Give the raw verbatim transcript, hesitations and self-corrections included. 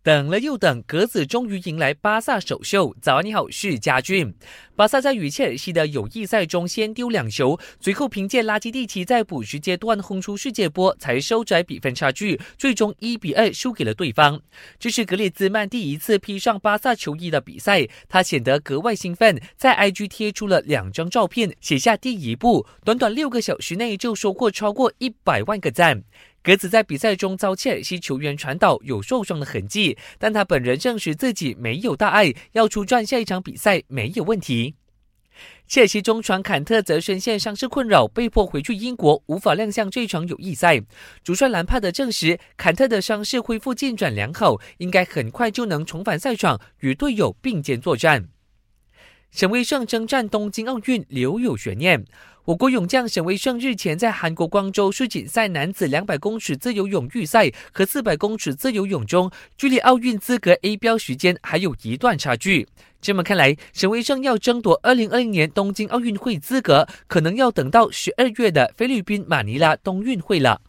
等了又等，格子终于迎来巴萨首秀。早安，你好，我是家俊。巴萨在与切尔西的友谊赛中先丢两球，随后凭借拉基蒂奇在补时阶段轰出世界波，才收窄比分差距，最终一比二输给了对方。这是格列兹曼第一次披上巴萨球衣的比赛，他显得格外兴奋，在 I G 贴出了两张照片，写下第一步，短短六个小时内就收获超过一百万个赞。格子在比赛中遭切尔西球员传导有受伤的痕迹，但他本人证实自己没有大碍，要出战下一场比赛没有问题。切尔西中传坎特则深陷伤势困扰，被迫回去英国，无法亮相这场友谊赛。主帅兰帕德证实，坎特的伤势恢复进展良好，应该很快就能重返赛场，与队友并肩作战。沈威胜征战东京奥运留有悬念。我国泳将沈威胜日前在韩国光州世锦赛男子两百公尺自由泳预赛和四百公尺自由泳中，距离奥运资格 A 标时间还有一段差距。这么看来，沈威胜要争夺二零二零年东京奥运会资格，可能要等到十二月的菲律宾马尼拉冬运会了。